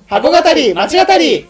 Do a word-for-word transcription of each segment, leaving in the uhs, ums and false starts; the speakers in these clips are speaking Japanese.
箱語り町語り。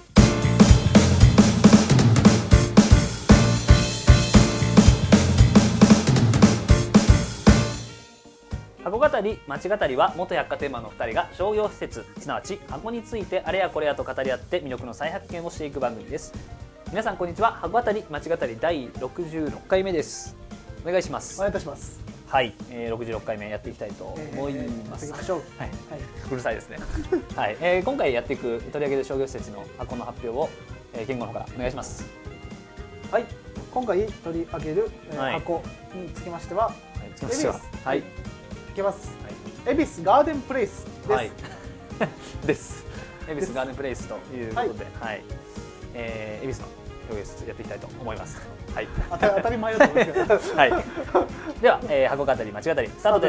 箱語り町語りは元百貨店マンのふたりが商業施設すなわち箱についてあれやこれやと語り合って魅力の再発見をしていく番組です。皆さんこんにちは。箱語り町語りだいろくじゅうろっかいめです。お願いします。 お願いいたします。 はい、えー、ろくじゅうろっかいめやっていきたいと思います。 えー、やっていきましょう。 はい、はい、うるさいですね。はい、えー、今回やっていく取り上げる商業施設の箱の発表を、えー、言語の方からお願いします。 はい、今回取り上げる、えーはい、 箱につきましては、はい、 つきましては、はい、いきます。はい、恵比寿ガーデンプレイスです。はい、 です。恵比寿ガーデンプレイスということで、はい、はい、えー、恵比寿の商業施設やっていきたいと思います。はい、 当たり前だと思いますけど。はい。 では、えー、箱語り町語りスタートです。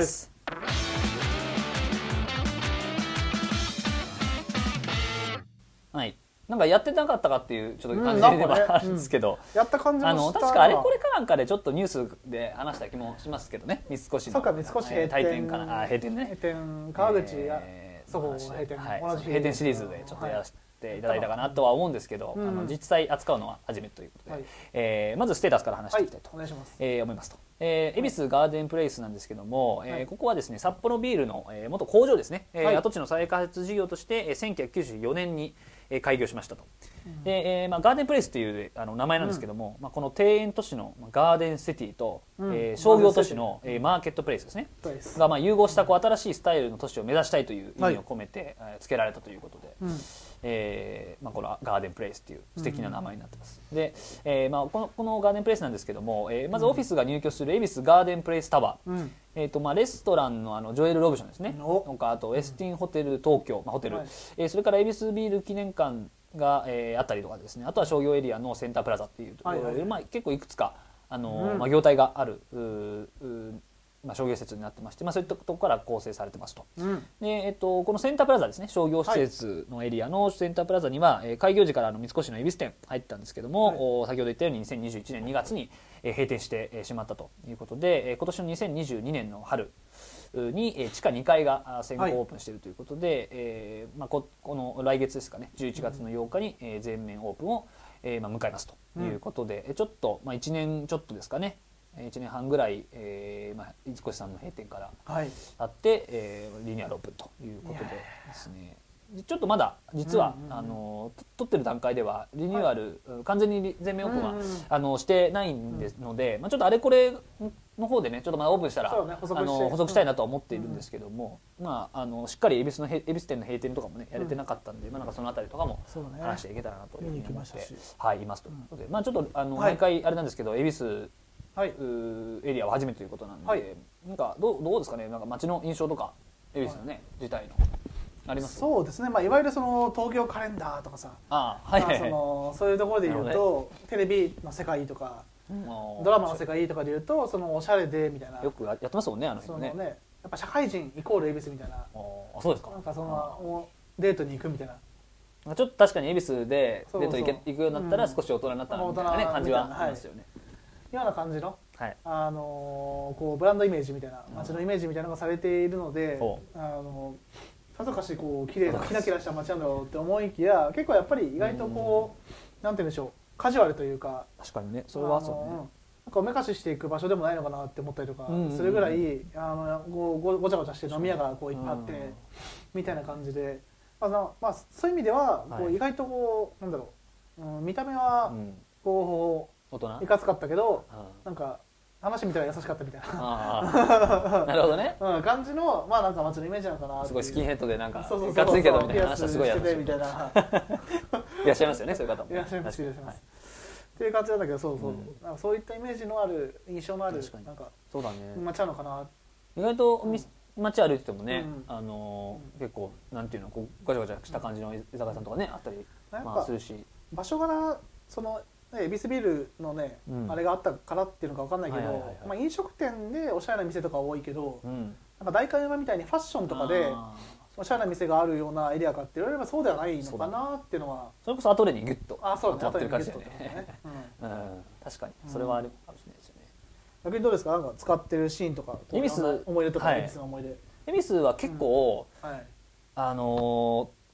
はい。なんかやってなかったかっていうちょっと感じではあるんですけど、うんねうん、 やった感じもした。あの確かあれこれかなんかでちょっとニュースで話した気もしますけどね。三越の。 そうか、三越閉店。 退店かな。あ、閉店ね。 閉店川口や、えー、そこ閉店、 はい、同じ閉店シリーズでちょっとやらせていただいたかなとは思うんですけど、うん、あの実際扱うのは初めてということで、はい、えー、まずステータスから話していきたいと、はい、お願いします、えー、思いますと。えー、恵比寿ガーデンプレイスなんですけども、はい、えー、ここはですね札幌ビールの、えー、元工場ですね、はい、跡地の再開発事業として、えー、せんきゅうひゃくきゅうじゅうよねんにえー、開業しましたと。で、えーまあ、ガーデンプレイスというあの名前なんですけども、うん、まあ、この庭園都市のガーデンシティと、うん、えー、商業都市の、えー、マーケットプレイスですね、うん、が、まあ、融合したこう新しいスタイルの都市を目指したいという意味を込めて、はい、付けられたということで、うん、えーまあ、このガーデンプレイスという素敵な名前になってます。うん、で、えーまあ、この、このガーデンプレイスなんですけども、えー、まずオフィスが入居する恵比寿ガーデンプレイスタワー、うん、えーとまあ、レストラン の, あのジョエル・ロブションですねとか、あとウェスティンホテル東京、まあ、ホテル、はい、えー、それから恵比寿ビール記念館が、えー、あったりとかですね、あとは商業エリアのセンタープラザっていうところで、はいはい、まあ、結構いくつかあの、うん、まあ、業態があるまあ、商業施設になってまして、まあ、そういったところから構成されてますと。うん、でえっと、このセンタープラザですね、商業施設のエリアのセンタープラザには、はい、開業時からあの三越の恵比寿店入ってたんですけども、はい、先ほど言ったようににせんにじゅういちねんにがつに閉店してしまったということで、今年のにせんにじゅうにねんの春に地下にかいが先行オープンしているということで、はい、えーまあ、こ, この来月ですかね、じゅういちがつのようかに全面オープンを、えーまあ、迎えますということで、うん、ちょっと、まあ、いちねんちょっとですかね、いちねんはんぐらい、えーまあ、三越さんの閉店からあって、はい、えー、リニューアルオープンということでですね、ちょっとまだ実は、うんうん、あの撮ってる段階ではリニューアル、はい、完全に全面オープンは、うんうん、あのしてないんですので、うん、まあ、ちょっとあれこれの方でねちょっとまだオープンしたら、ね、補足あの補足したいなとは思っているんですけども、うん、まあ、あのしっかり恵比寿の恵比寿店の閉店とかもねやれてなかったんで、うん、まあ、なんかそのあたりとかも話していけたらなというふうに思って、はい、いますということで、うん、まあ、ちょっとあの、はい、毎回あれなんですけど恵比寿はい、エリアは初めてということなんで、はい、なんかどう、どうですかね、なんか街の印象とか恵比寿のね、はい、自体のあります？そうですね、まあ、いわゆるその東京カレンダーとかさ、あ、はいはいはい、まあ、そのそういうところで言うと、ね、テレビの世界とか、うん、ドラマの世界とかで言うとそのおしゃれでみたいな、よくやってますもんね、あの辺ね。そのね、やっぱ社会人イコール恵比寿みたいな、あ、そうですか、なんかそのデートに行くみたいな、ちょっと確かに恵比寿でデート行け行くようになったら少し大人になったなみたいな、ね、感じはありますよね。ような感じの、はい、あのこうブランドイメージみたいな、街のイメージみたいなのがされているので、うん、あのさぞかしこう綺麗なキラキラした街なんだろうって思いきや、結構やっぱり意外とこう、うん、なんて言うんでしょう、カジュアルというか、確かにね、それはそうね、なんかおめかししていく場所でもないのかなって思ったりとかするぐらい、あのごごちゃごちゃして飲み屋がこういっぱいあって、うん、みたいな感じで、まあまあ、そういう意味ではこう意外とこう、なんだろう、うん、見た目はこう、大人いかつかったけど、なんか話見たら優しかったみたいな、なるほどね、うん、感じの、まあなんか街のイメージなのかな。すごいスキンヘッドでなんかガッツいけどみたいな話はすごいやるみたいな、いらっしゃいますよね、そういう方も。いらっしゃいます、いらっしゃいます。っていう感じなんだけど、そうそう、なんかそういったイメージのある、印象のあるなんかそうだね、街なのかな。意外と街歩いててもね、あの結構なんていうの、こうガチャガチャした感じの居酒屋さんとかねあったりまあするし、場所柄その恵比寿ビルのね、うん、あれがあったからっていうのか分かんないけど、まあ飲食店でおしゃれな店とか多いけど、うん、なんか代官山みたいにファッションとかでおしゃれな店があるようなエリアかって言われればそうではないのかなっていうのは、それこそアトレにギュッと集まってる感じだよね。確かにそれはあるかもしれないですよね。逆にどうですか、なんか使ってるシーンとか恵比寿思い出とか、恵比寿の思い出。恵比寿は結構、うん、はい、あのー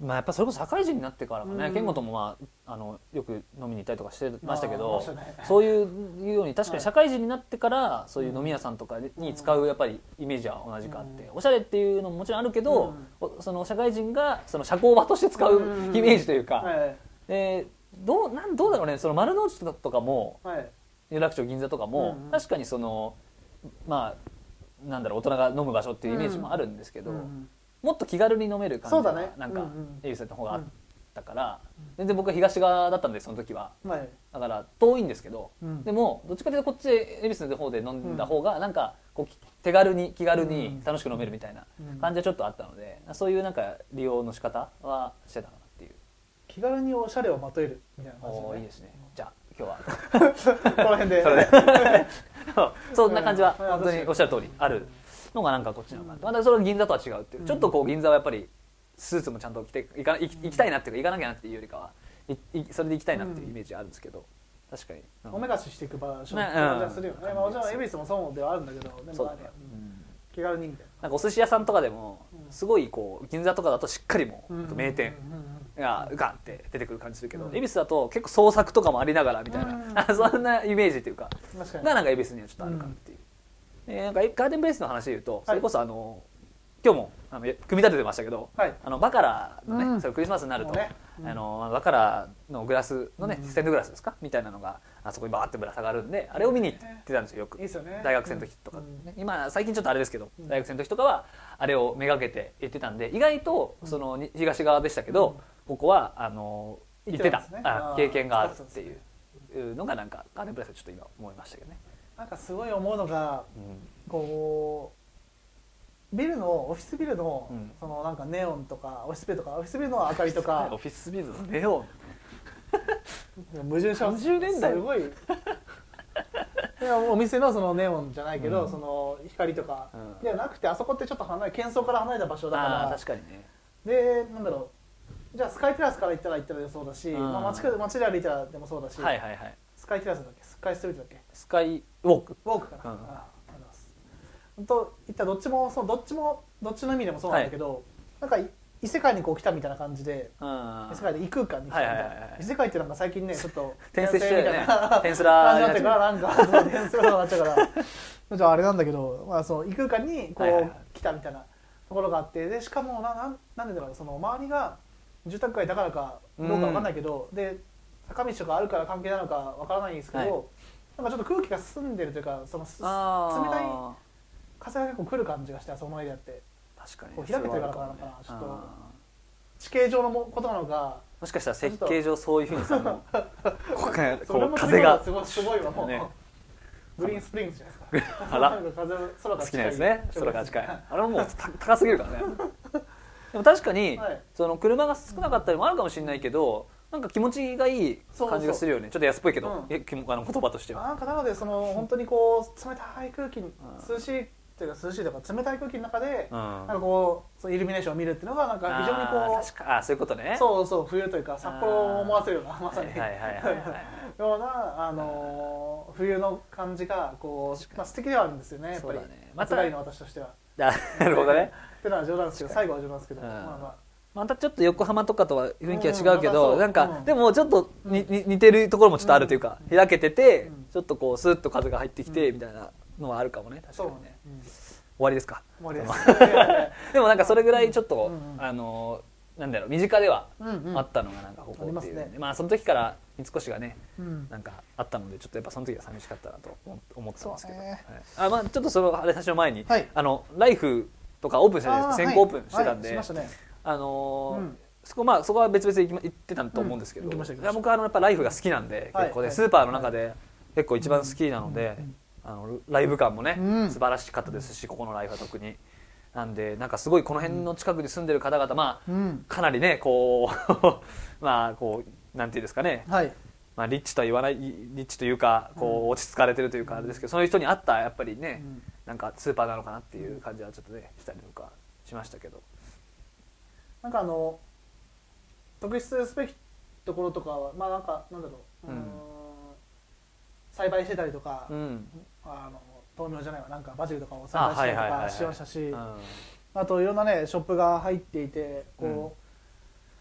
まあ、やっぱそれこそ社会人になってからかね、健吾とも、まあ、あのよく飲みに行ったりとかしてましたけど、ね、そういうように確かに社会人になってからそういう飲み屋さんとかに使うやっぱりイメージは同じかあって、おしゃれっていうのももちろんあるけど、その社会人がその社交場として使うイメージというか、でどうなんどうだろうね、その丸の内とかも、有楽町銀座とかも、確かにそのまあなんだろう、大人が飲む場所っていうイメージもあるんですけど、もっと気軽に飲める感じがなんか恵比寿の方があったから、全然僕は東側だったんでその時は、だから遠いんですけど、でもどっちかというとこっちで恵比寿の方で飲んだ方がなんかこう手軽に気軽に楽しく飲めるみたいな感じはちょっとあったので、そういうなんか利用の仕方はしてたかなっていう。 気軽におしゃれをまとえるみたいな感じで、 おいいですね。じゃあ今日はこの辺でそんな感じは本当におっしゃる通りあるのがなんかこっちなのかな、またそれは銀座とは違うっていう、ちょっとこう銀座はやっぱりスーツもちゃんと着て行か行きたいなっていうか、行かなきゃなっていうよりかはいそれで行きたいなっていうイメージあるんですけど、確かにおめかししていく場所って感じがするよね。もちろん恵比寿もそうではあるんだけど、でも気軽にみたいな、 なんかお寿司屋さんとかでもすごいこう銀座とかだとしっかりもう名店がガンって出てくる感じするけど、恵比寿だと結構創作とかもありながらみたいな、そんなイメージっていうかがなんか恵比寿にはちょっとあるかなっていう。えなんかガーデンプレイスの話でいうと、それこそあの今日もあの組み立ててましたけど、はい、あのバカラのね、うん、それクリスマスになると、ねうん、あのバカラのグラスのね、うん、ステンドグラスですかみたいなのがあそこにバーってぶら下がるんで、あれを見に行ってたんですよ、よく。いいですよね、大学生の時とか、ね、うん、今最近ちょっとあれですけど、うん、大学生の時とかはあれをめがけて行ってたんで、意外とその東側でしたけど、うん、ここはあの行ってた、ね、あ経験があるっていうのがなんかガーデンプレイスでちょっと今思いましたけどね。 なんかすごい思うのが、うん、こうビルのオフィスビルの、うん、そのなんかネオンとかオフィスビルとかオフィスビルの明かりとかオフィスビルのネオン矛盾します。さんじゅうねんだいすごいいやお店のそのネオンじゃないけど、うん、その光とかではなくて、あそこってちょっと離れ喧騒から離れた場所だから、 確かにね。 でなんだろう、じゃあスカイテラスから行ったら行ったらそうだし、うん、まあ、街, 街で歩いたらでもそうだし、 はいはいはい、 スカイテラスだっけ、スカイストリートだっけ、 スカイウォークウォークかな、うん、ああります。といったどっちもそうどっちもどっちの意味でもそうなんだけど、はい、なんか異世界にこう来たみたいな感じで、異世界で異空間に来たみたいな、はいはいはい、異世界ってなんか最近ねちょっと転生してるよね、転スラーになってからなんか転スラーになっちゃうからじゃああれなんだけど、まあ、その異空間にこう、はいはいはい、来たみたいなところがあって、でしかもなななんでだろう、その周りが住宅街だからかどうかわかんないけど、うん、で坂道とかあるから関係なのかわからないんですけど、はい、なんかちょっと空気が澄んでるというか、その冷たい風が結構来る感じがして、そのエリアって確かにこう開けてるからかなのかな、ちょっと地形上のことなのか、 もしかしたら設計上そういうふうにさこう風がすごいすごいわもう、ね、グリーンスプリングじゃないですか。 あら好きなですね、空が近い、あれももう高すぎるからね。でも確かに、はい、その車が少なかったりもあるかもしれないけど、なんか気持ちがいい感じがするよね。そうそう、ちょっと安っぽいけど、うん、えあの言葉としては。 なんかなのでその本当にこう冷たい空気に、涼しいというか涼しいとか冷たい空気の中で、うん、なんかこうそうイルミネーションを見るっていうのがなんか非常にこう、 確かあそういうことね。 そうそう、冬というか札幌を思わせるようなまさにようなあのー、冬の感じがこう、まあ、素敵ではあるんですよね、やっぱり、ね、暑がりの私としては。 なるほどね。 ってのは冗談ですけど、最後は冗談ですけど、まあまあまたちょっと横浜とかとは雰囲気は違うけど、うん、なんか、うん、でもちょっとに、うん、似てるところもちょっとあるというか、うん、開けてて、うん、ちょっとこうスーッと風が入ってきて、うん、みたいなのはあるかもね。確かにね、うん、終わりですか。 終わりですでもなんかそれぐらいちょっと、うん、あのなんだろう、身近ではあったのがなんかここっていう、ね、うんうん、まあその時から三越がね、うん、なんかあったのでちょっとやっぱその時は寂しかったなと思ったんですけど、はい、あまあちょっとそのあれ最初の前に、はい、あのライフとかオープンしたじゃないですか、先行オープンしてたんで、はいはい、あのーうん、そこまあそこは別々で行ってたと思うんですけど、うん、僕はあのやっぱライフが好きなんで、はい、結構で、はい、スーパーの中で結構一番好きなので、あのライブ感もね、うん、素晴らしかったですし、ここのライフは特になんで、なんかすごいこの辺の近くに住んでる方々、まあ、うん、かなりねこうまあこうなんていうんですかね、はい、まあ、リッチとは言わないリッチというかこう落ち着かれてるというかあれですけど、そういう人に合ったやっぱりね、うん、なんかスーパーなのかなっていう感じはちょっとねしたりとかしましたけど、 なんかあの特筆すべきところとかはまあなんかなんだろう、うん、栽培してたりとか、うん、あの豆苗じゃないわ、なんかバジルとかを栽培したりとかしましたし、あといろんなねショップが入っていて、こう、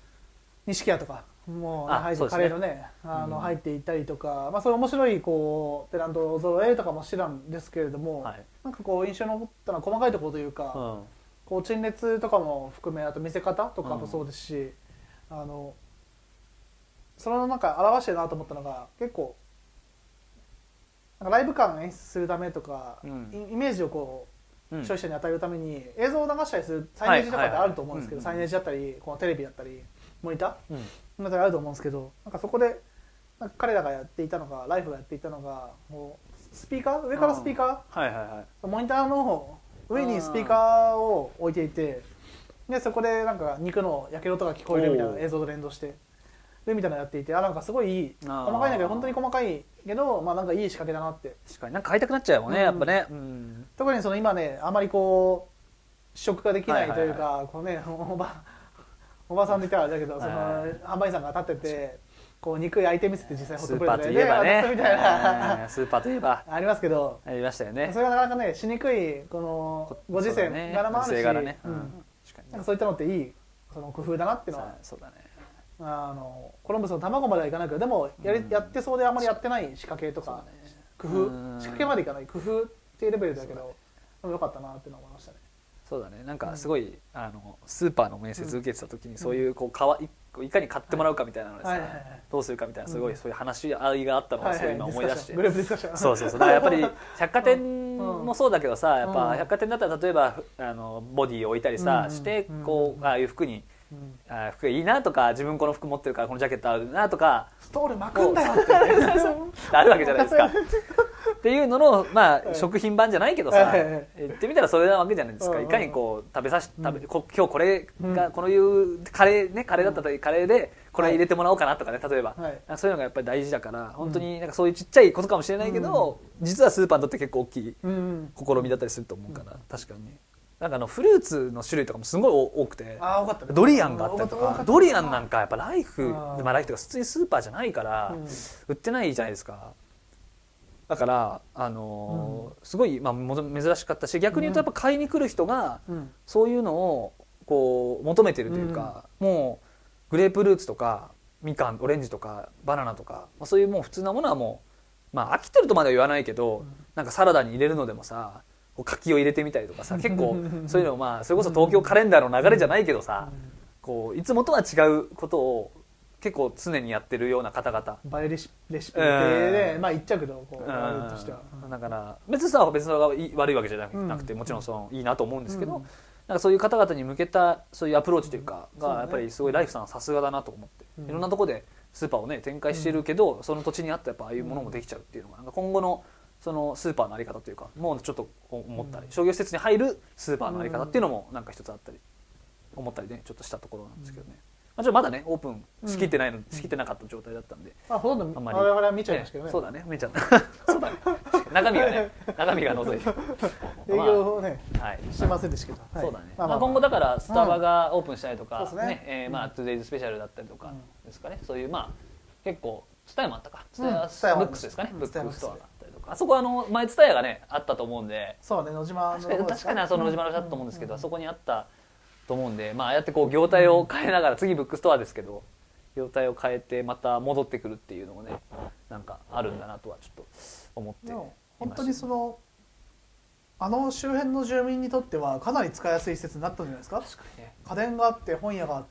錦屋とかもう、ね、 あ入って、カレーのねあの、 うん、 入っていったりとか、まあ、そういう面白いこうテナント揃えとかもしてたんですけれども、はい、なんかこう印象に残ったのは細かいところというか、うん、こう陳列とかも含め、あと見せ方とかもそうですし、うん、あのそのなんか表してるなと思ったのが、結構なんかライブ感演出するためとか、うん、イメージをこう消費者に与えるために映像を流したりするサイネージとかってあると思うんですけど、サイネージだったりこのテレビだったりモニター、うん、だったりあると思うんですけど、なんかそこでなんか彼らがやっていたのが、ライフがやっていたのが、もうスピーカー、上からスピーカー、はいはいはい、モニターの上にスピーカーを置いていて、でそこでなんか肉の焼ける音が聞こえるみたいな映像と連動してるみたいなのやっていて、あ、なんかすごいいい、細かいんだけど本当に細かいけど、まあなんかいい仕掛けだなって。 確かになんか買いたくなっちゃうもんね、うん、やっぱね、うん、 特にその今ね、あまりこう試食ができないというか、はいはいはい、こうね、おばおばさんで言ったらあれだけど、その販売員さんが立っててこう肉焼いてみせて実際ホットプレートで、 ね、スーパーといえばねみたいなスーパーといえばありますけど、 ありましたよね。 それがなかなかねしにくいこのご時世柄もあるし、なんかそういったのっていいその工夫だなっていうのは。そうだね。あのコロンブスの卵まではいかないけど、でもやり、うん、やってそうであんまりやってない仕掛けとか、ね、工夫、仕掛けまでいかない工夫っていうレベルだけど、よかったなっていうのを思いましたね。 そうだね。なんかすごい、うん、あのスーパーの面接受けてた時に、うん、そういうこうかわいいかに買ってもらうかみたいなのでさ、はいはいはいはい、どうするかみたいなすごいそういう話し合いがあったのをすごい今思い出して、 グループディスカッション、 そうそうそう。だからやっぱり百貨店もそうだけどさ、やっぱ百貨店だったら例えばあのボディを置いたりさ、うん、してこうああいう服にうん、あ服がいいなとか、自分この服持ってるからこのジャケット合うなとか、 ストール巻くんだよってあるわけじゃないですかっていうのの、まあ、はい、食品版じゃないけどさ、はい、言ってみたらそれなわけじゃないですか。いかにこう食べさし食べ、うん、こ今日これが、うん、このいうカレーね、カレーだったらカレーでこれ入れてもらおうかなとかね、例えば、はい、そういうのがやっぱり大事だから、本当になんかそういうちっちゃいことかもしれないけど、うん、実はスーパーにとって結構大きい試みだったりすると思うから、うん、確かにね。なんかあのフルーツの種類とかもすごい多くて、 あ、多かったね、 ドリアンがあったりとか、ドリアンなんかやっぱライフ、まあ、ライフとか普通にスーパーじゃないから、うん、売ってないじゃないですか。だからあのーうん、すごい、まあ、珍しかったし、逆に言うとやっぱ買いに来る人がそういうのをこう求めてるというか、うん、もうグレープフルーツとかみかん、オレンジとかバナナとか、まあ、そういうもう普通なものはもう、まあ、飽きてるとまでは言わないけど、うん、なんかサラダに入れるのでもさ、柿を入れてみたりとかさ、結構そういうのを、まあそれこそ東京カレンダーの流れじゃないけどさ、こういつもとは違うことを結構常にやってるような方々、 映えレシピ系で、まあ言っちゃうけど、こうあるとしては、 だから別にさ別に悪いわけじゃなくて、もちろんそのいいなと思うんですけど、なんかそういう方々に向けたそういうアプローチというかがやっぱりすごいライフさんはさすがだなと思って、いろんなところでスーパーをね展開してるけど、その土地にあったやっぱああいうものもできちゃうっていうのがなんか今後のそのスーパーのあり方というか、もうちょっと思ったり、商業施設に入るスーパーのあり方っていうのもなんか一つあったり思ったりね、ちょっとしたところなんですけどね。まあ、ちょっとまだねオープンしきってないの、しきってなかった状態だったんで、 あ、ほとんど我々は見ちゃいましたけどね。 そうだね、見ちゃったそうだね、中身がね、中身が覗いて営業をね、はい、してませんでしたけど、 そうだね。まあ今後だからスタバがオープンしたりとかね、えまあトゥデイズスペシャルだったりとかですかね、そういうまあ結構ツタヤもあったか、ツタヤブックスですかね、ブックストアがあったりとか、あそこはあの前ツタヤがねあったと思うんで、 そうね、野島の確かにその野島のだったと思うんですけど、あそこにあったと思うんで、まあああやってこう業態を変えながら、次ブックストアですけど業態を変えてまた戻ってくるっていうのもね、なんかあるんだなとはちょっと思っていました。 本当にそのあの周辺の住民にとってはかなり使いやすい施設になったんじゃないですか。確かにね、家電があって本屋があって、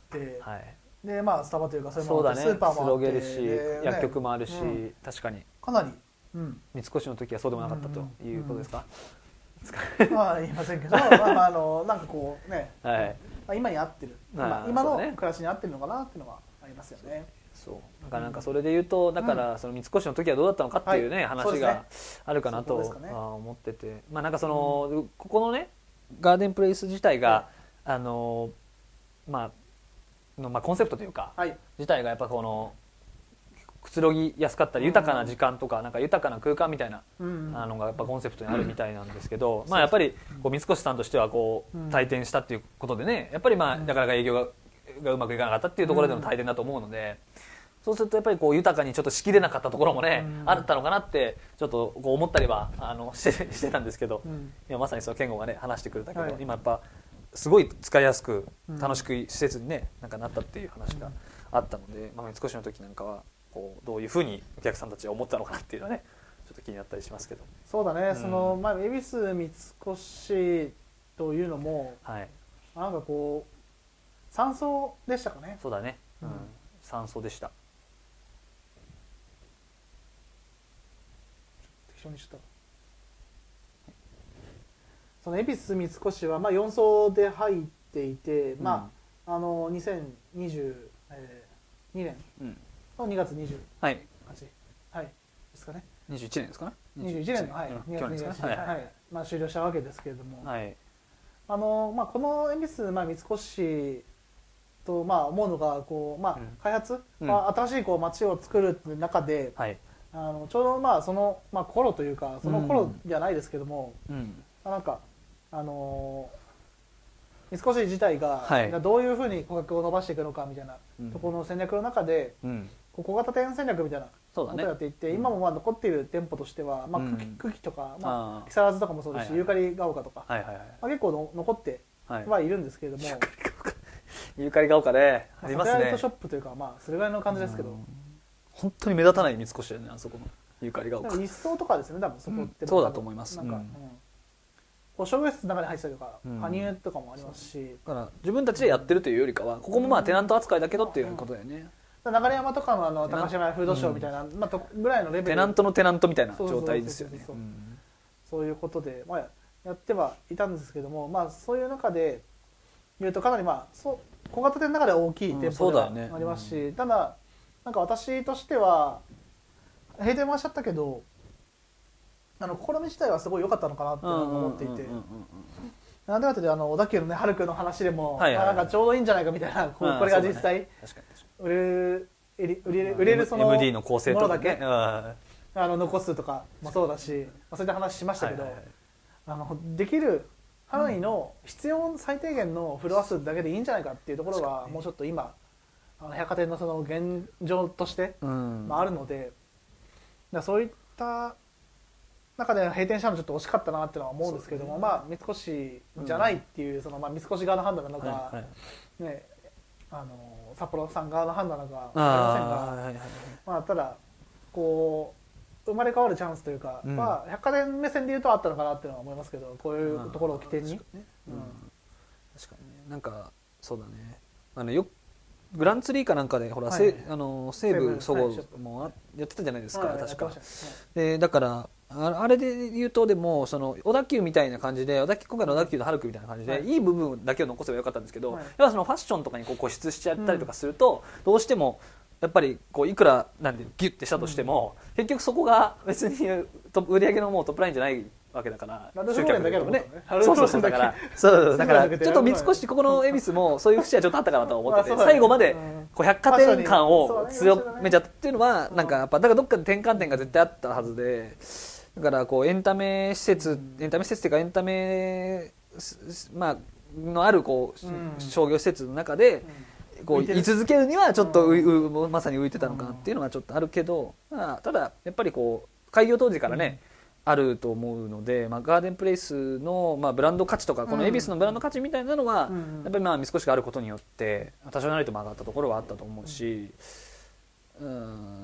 はい、でまあスタバというかそういうのもあって、スーパーもあって、 し薬局もあるし、確かにかなり、 三越の時はそうでもなかったということですか。 まあ言いませんけど、まあまああのなんかこうね、はい、まあ今に合ってる、今今の暮らしに合ってるのかなっていうのはありますよね。 そうだからなんかそれで言うと、だからその三越の時はどうだったのかっていうね話があるかなと思ってて、まあなんかそのここのねガーデンプレイス自体があのまあのまあコンセプトというか自体がやっぱこのくつろぎやすかったり豊かな時間とかなんか豊かな空間みたいなのがやっぱコンセプトにあるみたいなんですけど、まあやっぱりこう三越さんとしてはこう退店したっていうことでね、やっぱりまあなかなか営業ががうまくいかなかったっていうところでの退店だと思うので、そうするとやっぱりこう豊かにちょっとしきれなかったところもねあったのかなってちょっとこう思ったりはあのしてしてたんですけど、今まさにその健吾がね話してくれたけど、今やっぱすごい使いやすく楽しく施設にねなんかなったっていう話があったので、まあ、三越の時なんかはこうどういうふうにお客さんたちは思ったのかなっていうのはねちょっと気になったりしますけど。 そうだね、うん、そのまあ恵比寿三越というのも、はい、なんかこう山荘でしたかね。 そうだね、うん、山荘でした。 適当にしたその恵比寿三越はまあよん層で入っていて、うん、まああのにせんにじゅうにねんのにがつにじゅうはち日、はい、ですかね。 にじゅういちねんですかね。 にじゅういちねんの、はい、にがつにじゅうはちにち、はいはい、まあ終了したわけですけれども、はい、あのまあこの恵比寿まあ三越とまあ思うのがこうまあ開発、うん、まあ新しいこう街を作る中で、はい、あのちょうどまあそのまあ頃というかその頃じゃないですけども、うん、なんかあの三越自体がどういうふうに顧客を伸ばしていくのかみたいなところの戦略の中で、うん、小型店戦略みたいなことをやっていて、今もまあ残っている店舗としては、まあ、久喜とか、まあ、木更津とかもそうですし、ユーカリが丘とか、まあ、結構の残ってはいるんですけれども、 ユーカリが丘ねありますね。 サテライトショップというか、まあそれぐらいの感じですけど、 本当に目立たない三越だよね、あそこのユーカリが丘。 一層とかですね、多分そこって、 そうだと思います。 なんか商業施設の中に入ってたりとか、羽生とかもありますし、 だから自分たちでやってるというよりかは、ここもまあテナント扱いだけどっていうことだよね。 流山とかのあの高島屋フードショーみたいな、まあぐらいのレベル、 テナントのテナントみたいな状態ですよね。 そういうことで、まあやってはいたんですけども、まあそういう中で言うとかなりまあそう小型店の中では大きい店舗ではありますし、ただなんか私としては閉店はしちゃったけど、あの試み自体はすごい良かったのかなって思っていて、なんでかというとあの小田急のねハルクの話でも、はいはいはい、なんかちょうどいいんじゃないかみたいな、これが実際売れる売れる売れるそのエムディー の構成とか、ね、 ものだけあの残すとかもそうだし、まあ、そういった話しましたけど、はいはいはい、あのできる範囲の必要最低限のフロア数だけでいいんじゃないかっていうところがもうちょっと今あの百貨店のその現状として、うんまあ、あるので、だそういった中で閉店したのちょっと惜しかったなっていうのは思うんですけども、ね、まあ三越じゃないっていう、うん、そのまあ三越側の判断なのか、はいはいね、あの札幌さん側の判断なのか分かりませんが、はいはいはいまあ、ただこう生まれ変わるチャンスというか、うんまあ、百貨店目線で言うとあったのかなっていうのは思いますけど、こういうところを起点に、確かにね、うん、 確かにね、なんかそうだね、あのよグランツリーかなんかでほら、はい、あの西武そごうもやってたじゃないですか、はい、確か、はい、でだからあれで言うとでもその小田急みたいな感じで小田急今回の小田急のハルクみたいな感じで、はい、いい部分だけを残せばよかったんですけど、はい、やっぱそのファッションとかにこう固執しちゃったりとかすると、うん、どうしてもやっぱりこういくらなんでギュッてしたとしても、うん、結局そこが別に売り上げのもうトップラインじゃないわけだから、集客だけどね、そうそうそうだからそうだからちょっと三越ここの恵比寿もそういう節はちょっとあったかなと思ってて、最後までこう百貨店感を強めちゃったっていうのはなんかやっぱだからどっかで転換点が絶対あったはずで。だからこうエンタメ施設、エンタメ施設っていうかエンタメ、まあ、のあるこう商業施設の中でこう居続けるにはちょっとううまさに浮いてたのかなっていうのはちょっとあるけど、まあ、ただやっぱりこう開業当時からね、うん、あると思うので、まあ、ガーデンプレイスの、まあ、ブランド価値とかこの恵比寿のブランド価値みたいなのは、うん、やっぱりまあ三越があることによって多少なりとも上がったところはあったと思うし。うん、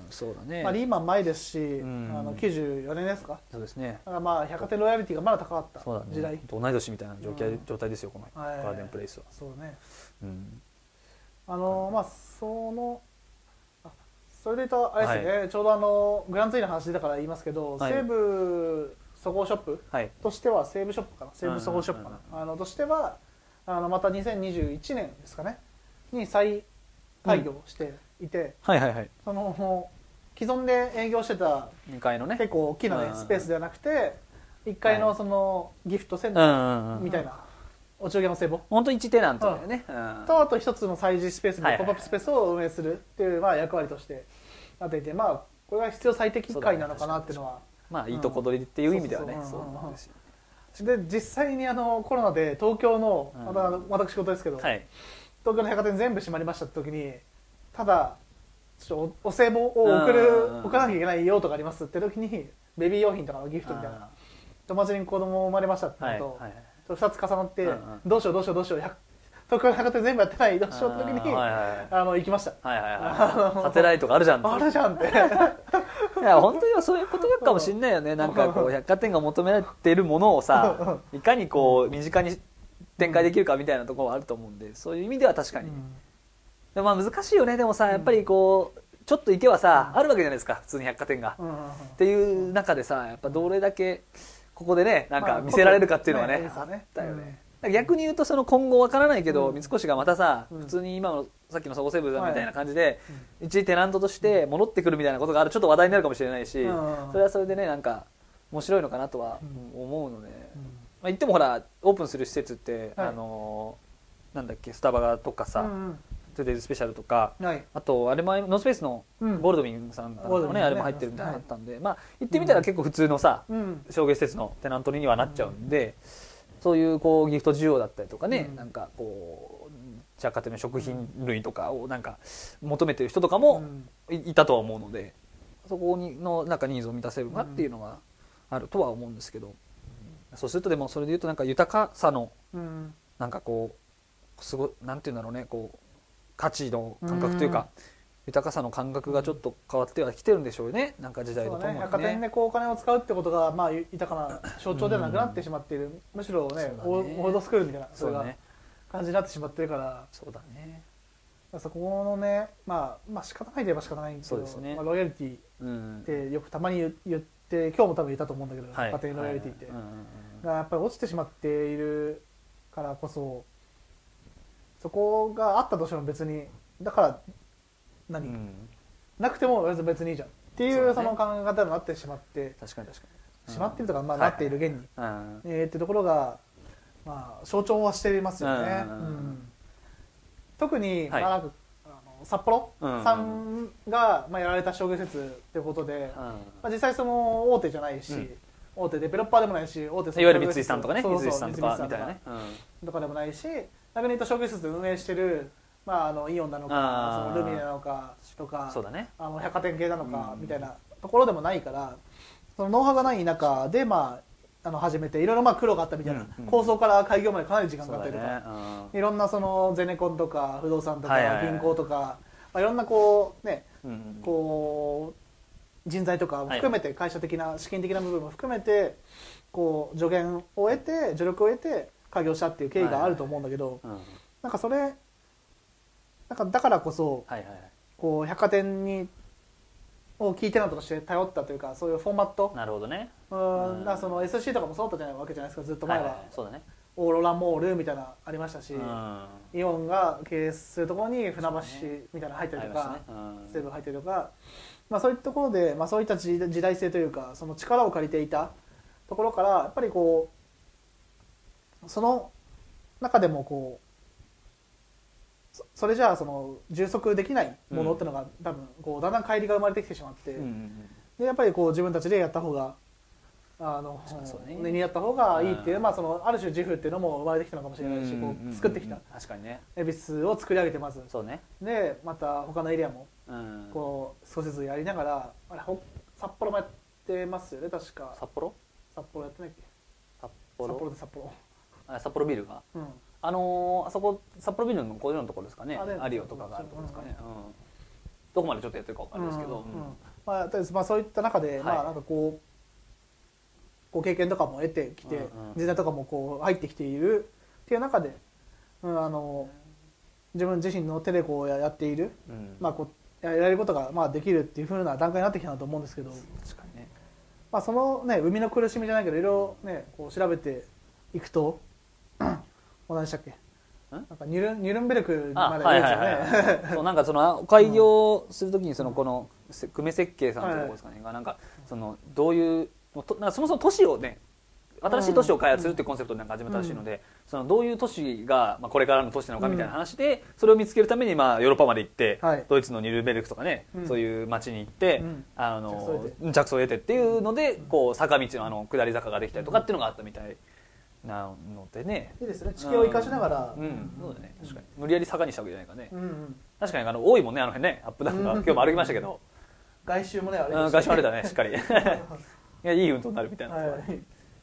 そうだね。 まあリーマン前ですし、うん、あのきゅうじゅうよねんですか。 そうですね。 だからまあ百貨店ロイヤリティがまだ高かった時代。 ね、同い年みたいな状態、うん、状態ですよこのガーデンプレイスは。 そうね。うん、あのまあそのあそれで言うとあれですね、はい、ちょうどあのグランツリーの話出たから言いますけど、はい、西武そごうショップとしては、はい、西武ショップかな、西武そごうショップかな、あのとしてはあのまたにせんにじゅういちねんですかねに再開業して。うんいて、 はいはいはい、 その既存で営業してたにかいのね結構大きな、ね、スペースではなくていっかいのそのギフトセンターみたいなお中元の聖母本当一テナントだよね、 うん、とあと一つの催事スペースでポップアップスペースを運営するっていうまあ役割としてなっていて、まあこれが必要最適解なのかなっていうのはまあいいとこ取りっていう意味ではねそうなんですよね。で実際にあのコロナで東京の、うん、また私事ですけど、はい、東京の百貨店全部閉まりましたって時にただちょっと お, お歳暮を送る送らなきゃいけない用途がありますって時にベビー用品とかのギフトみたいな友達に子供生まれましたってのと、はいはい、ふたつ重なって、うんうん、どうしようどうしようどうしよう東京の百貨店全部やってない移動しようって時にあの行きました。 はいはいはいサテライトがあるじゃんあるじゃんっていや本当にそういうことかもしれないよね。なんかこう百貨店が求められているものをさいかにこう身近に展開できるかみたいなところはあると思うんで、そういう意味では確かに、うん、でまあ難しいよね。でもさやっぱりこうちょっと行けばさ、うん、あるわけじゃないですか普通に百貨店が、うん、っていう中でさやっぱどれだけここでねなんか見せられるかっていうのはね、まあ、ねだよね、うん、逆に言うとその今後わからないけど、うん、三越がまたさ、うん、普通に今のさっきのそごう・西武みたいな感じで、はい、一時テナントとして戻ってくるみたいなことがあるちょっと話題になるかもしれないし、うん、それはそれでねなんか面白いのかなとは思うので、うんまあ、言ってもほらオープンする施設って、はい、あのなんだっけスタバがとかさ、うんトゥデイズスペシャルとか、はい、あとあれもノースペースのゴールドウィンさんとかもね、うん、あれも入ってるみたいなのがあったんで、はい、まあ行ってみたら結構普通のさ、うん、商業施設のテナントにはなっちゃうんで、うん、そういうこうギフト需要だったりとかね、うん、なんかこう百貨店の食品類とかをなんか求めてる人とかもいたとは思うので、そこにのなんかニーズを満たせるかっていうのがあるとは思うんですけど、そうするとでもそれでいうとなんか豊かさのなんかこうすごいなんていうんだろうねこう価値の感覚というか、うん、豊かさの感覚がちょっと変わってはきてるんでしょうね。なんか時代とともにね。 百貨店でこうお金を使うってことがまあ豊かな象徴ではなくなってしまっている、うん、むしろねオールドスクールみたいなそれが感じになってしまってるから、 そうだね。 そこのねまあまあ仕方ないといえば仕方ないんですけど、そうですね、まあ、ロイヤリティってよくたまに言って今日も多分言ったと思うんだけど、はい、百貨店ロイヤリティって、はいはい、がやっぱり落ちてしまっているからこそ。そこがあったとしても別にだから何、うん、なくても別にいいじゃんっていうその考え方になってしまって確かに確かにしまっているとか、まあ、なっている現に、はいえー、っていうところが、まあ、象徴はしていますよね、うん、特に、はいまあ、なんかあの札幌さんが、まあ、やられた商業施設ということで、うんまあ、実際その大手じゃないし、うん、大手デベロッパーでもないし大手いわゆる三井さんとかね三井さんとかみたいなね、 うん、とかでもないし逆に言うと商業施設で運営してる、まあ、あのイオンなのかそのルミネなのかとかそうだ、ね、 あの百貨店系なのかみたいなところでもないからそのノウハウがない中で、まあ、あの始めていろいろまあ苦労があったみたいな、うんうん、構想から開業までかなり時間があったりとか、ねうん、いろんなそのゼネコンとか不動産とか銀行とか、はいはいまあ、いろんなこうね、うんうん、こう人材とかも含めて会社的な資金的な部分も含めてこう助言を得て助力を得て開業したっていう経緯があると思うんだけど、はいはいうん、なんかそれなんかだからこそ、はいはい、こう百貨店にをキーテナントとして頼ったというかそういうフォーマットなるほどねうん、だからその エスシー とかもそうだったじゃないわけじゃないですかずっと前は、はいはい、 そうだね、 オーロラモールみたいなありましたし、うん、イオンが経営するところに船橋みたいなの入ったりとか、ねうん、西武入ったりとか、まあ、そういったところで、まあ、そういった時代性というかその力を借りていたところからやっぱりこうその中でもこう そ, それじゃあその充足できないものっていうのが、うん、多分こうだんだん乖離が生まれてきてしまって、うんうんうん、でやっぱりこう自分たちでやった方があの根にやった方がいいっていう、まあ、そのある種自負っていうのも生まれてきたのかもしれないし、うんうんうん、こう作ってきた確かにね恵比寿を作り上げてまずそう、ね、 でまた他のエリアもこう少しずつやりながらあれ札幌もやってますよね確か札幌札幌やってないっけ札幌札幌で札幌札幌ビルが、うん、あのー、あそこ札幌ビルの工場のところですかねアリオとかがあるところですかね、うんうん、どこまでちょっとやってるか分かるんですけど、うんうんうんまあ、まあそういった中で、はい、まあなんかこうこう経験とかも得てきて、うんうん、時代とかもこう入ってきているっていう中で、うん、あの自分自身の手でこうやっている、うん、まあこうやれることがまあできるっていう風な段階になってきたなと思うんですけど、確かにね、まあそのね生みの苦しみじゃないけどいろいろねこう調べていくと何でしたっけ？なんかニュルンニュルンベルクまで出てたよね。 そうなんかその開業するときにそのこの久米設計さんというところですかね、がなんかそのどういうなんかそもそも都市をね新しい都市を開発するっていうコンセプトでなんか始めたらしいので、うん、そのどういう都市がまあこれからの都市なのかみたいな話で、それを見つけるためにまあヨーロッパまで行って、はい、ドイツのニュルンベルクとかね、うん、そういう街に行って、うん、あの着想を得てっていうのでこう坂道のあの下り坂ができたりとかっていうのがあったみたい。なのでね、 いいですね、地形を生かしながら、 うんうん、そうだね、確かに無理やり坂にしたわけじゃないからね、うんうん、確かにあの多いもんねあの辺ねアップダウンが、うん、今日も歩きましたけど、 外周もねあれ、 外周もあれだねしっかりいやいい運動になるみたいな、はい、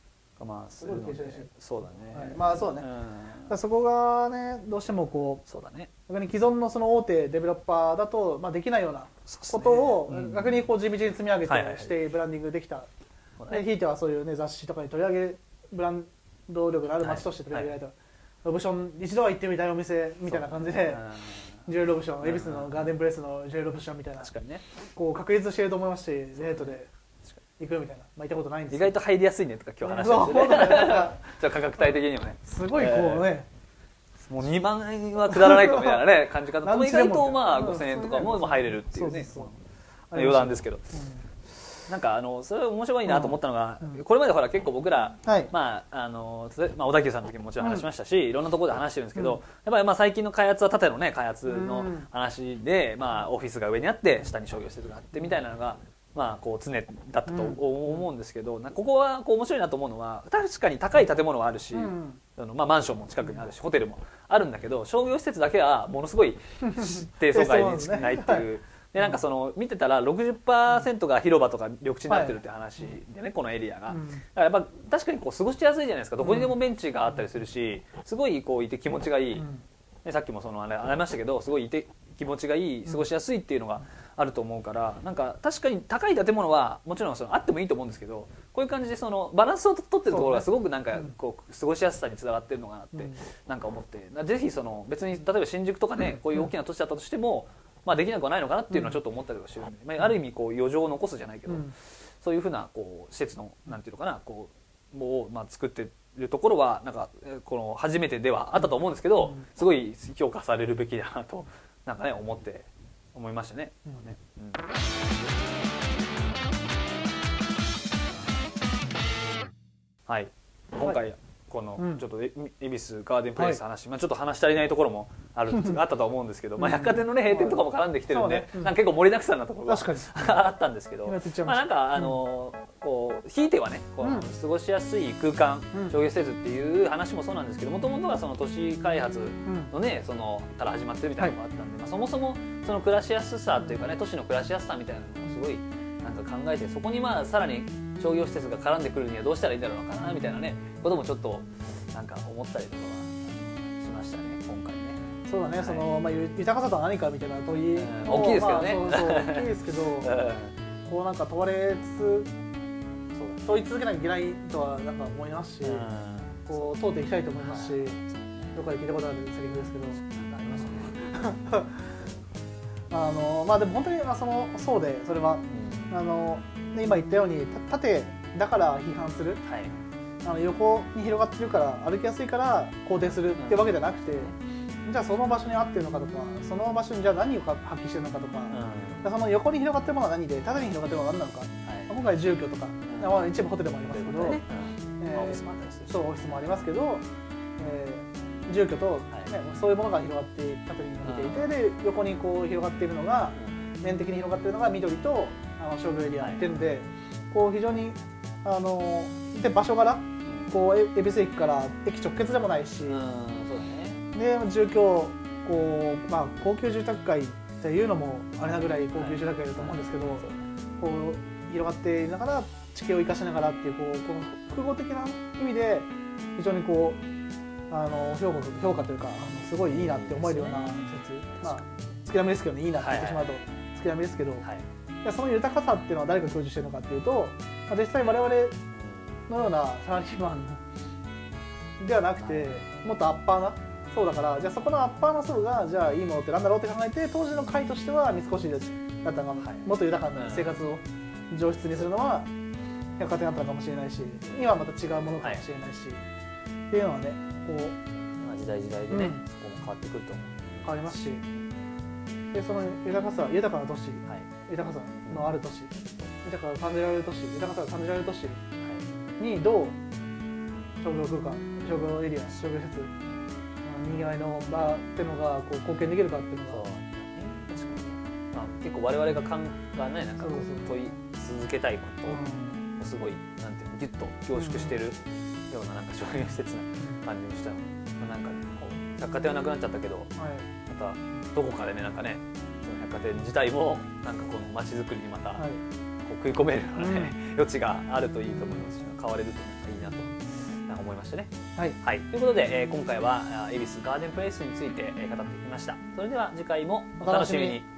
まあするのでそうだね、 はい、まあそうだね、うん、そこがねどうしてもこうそうだね逆に既存のその大手デベロッパーだと、まあ、できないようなことを、ねうん、逆にこう地道に積み上げてしてブランディングできた、はいはい、でひいてはそういう、ね、雑誌とかに取り上げブランド力のある街として取り上げられた、はいはい、ロブション一度は行ってみたいお店みたいな感じでジュエルロブション恵比寿のガーデンプレイスのジュエルロブションみたいな確かに、ね、こう確立していると思いますしデートで行くみたいな、まあ、行ったことないんです意外と入りやすいねとか今日話したんですよねじゃあ価格帯的にもねすごいこうね、 えー、もうにまん円はくだらないかみたいなね感じ方と意外とまあごせんえんとかも入れるっていうね余談ですけど、うん、なんかあのそれ面白いなと思ったのが、うん、これまでほら結構僕ら、はい、まああのまあ小田急さんの時ももちろん話しましたし、うん、いろんなところで話してるんですけど、うん、やっぱりまあ最近の開発は縦のね開発の話で、まあオフィスが上にあって下に商業施設があってみたいなのがまあこう常だったと思うんですけど、うん、ここはこう面白いなと思うのは確かに高い建物はあるし、うん、あのまあマンションも近くにあるしホテルもあるんだけど商業施設だけはものすごい低層階にしかないっていう。でなんかその見てたら ろくじゅっパーセント が広場とか緑地になってるって話でねこのエリアがだからやっぱ確かにこう過ごしやすいじゃないですか。どこにでもベンチがあったりするしすごいこういて気持ちがいいでさっきもそのあれありましたけどすごいいて気持ちがいい過ごしやすいっていうのがあると思うからなんか確かに高い建物はもちろんそのあってもいいと思うんですけどこういう感じでそのバランスを取ってるところがすごくなんかこう過ごしやすさにつながってるのかなってなんか思ってぜひその別に例えば新宿とかねこういう大きな都市だったとしてもまあできなくはないのかなっていうのはちょっと思ったりはしてるんで、まあ、ある意味こう余剰を残すじゃないけど、うん、そういうふうなこう施設のなんていうのかなこうもうまあ作ってるところはなんかこの初めてではあったと思うんですけどすごい評価されるべきだなとなんかね思って思いましたね。うんねうん、はい今回、はいこのちょっと恵比寿ガーデンプレイス話、はいまあ、ちょっと話し足りないところもあるあったと思うんですけど、まあ、百貨店の、ね、閉店とかも絡んできてるんで、うん、なんか結構盛りだくさんなところがあったんですけど、まあ、なんかあのこうひいてはねこう、うん、過ごしやすい空間、うん、商業施設っていう話もそうなんですけどもともとはその都市開発の、ね、そのから始まってるみたいなのがあったんで、はいまあ、そもそもその暮らしやすさというかね都市の暮らしやすさみたいなのをすごいなんか考えてそこにまあさらに商業施設が絡んでくるにはどうしたらいいんだろうかなみたいなねこともちょっとなんか思ったりとかはしましたね今回ね。 そうだね、はい、そのまあ豊かさとは何かみたいな問い、うん、 大きいですけどね。 まあ、そうそう大きいですけど、うん、こうなんか問われつつ問い続けなきゃいけないとはなんか思いますし、うん、こう問うていきたいと思いますし、はい、どっかで聞いたことあるセリフですけど、ありますね。あのまあでも本当にそのそうでそれは、うん、あの今言ったように縦だから批判する。はいあの横に広がってるから歩きやすいから肯定するってわけじゃなくて、うん、じゃあその場所に合ってるのかとかその場所にじゃあ何を発揮してるのかとか、うん、その横に広がってるものは何で縦に広がってるものは何なのか、はい、今回住居とか、うん、一部ホテルもありますけど、ねえー、オフィスもあったりするそうオフィスもありますけど、えー、住居と、ねはい、そういうものが広がって縦に伸びていて、で横にこう広がっているのが面的に広がっているのが緑とあの商業エリアっていうので、はい、こう非常にあので場所柄こう恵比寿駅から駅直結でもないし、うんそうだね、で住居こう、まあ、高級住宅街っていうのもあれなぐらい高級住宅街だと思うんですけど、はい、こう広がっていながら地形を生かしながらっていうこうこの複合的な意味で非常にこうあの評価評価というかあのすごいいいなって思えるような施設、まあ月並みですけどねいいなって言ってしまうと月並みですけど、はいはい、いやその豊かさっていうのは誰が享受してるのかっていうと、まあ、実際我々のようなサラリーマンではなくてもっとアッパーな層だからじゃあそこのアッパーな層がじゃあいいものってなんだろうって考えて当時の会としては三越だったのがもっと豊かな生活を上質にするのは百貨店だったのかもしれないし今はまた違うものかもしれないし、はい、っていうのはねこう時代時代でね、うん、そこも変わってくると思う変わりますしでその豊かさ豊かな都市、はい、豊かさのある都市、うん、豊かさを感じられる都市豊かさを感じられる都市にどう商業空間、商業エリア、商業施設、にぎわいの場っていうのがこう貢献できるかっていうのが、ね、 確かに、まあ、結構我々が考えないなんかこう問い続けたいことをすごいなんていうのギュッと凝縮してるようななんか商業施設な感じもしたの、うん、なんかねこう百貨店はなくなっちゃったけど、はい、またどこかでねなんかねその百貨店自体もなんかこの街づくりにまた、はい食い込めるような、ねうん、余地があるといいと思いますし買われるといいなと思いましたね。 はい、 はい、ということで、えー、今回は恵比寿ガーデンプレイスについて、えー、語ってきました。それでは次回もお楽しみに。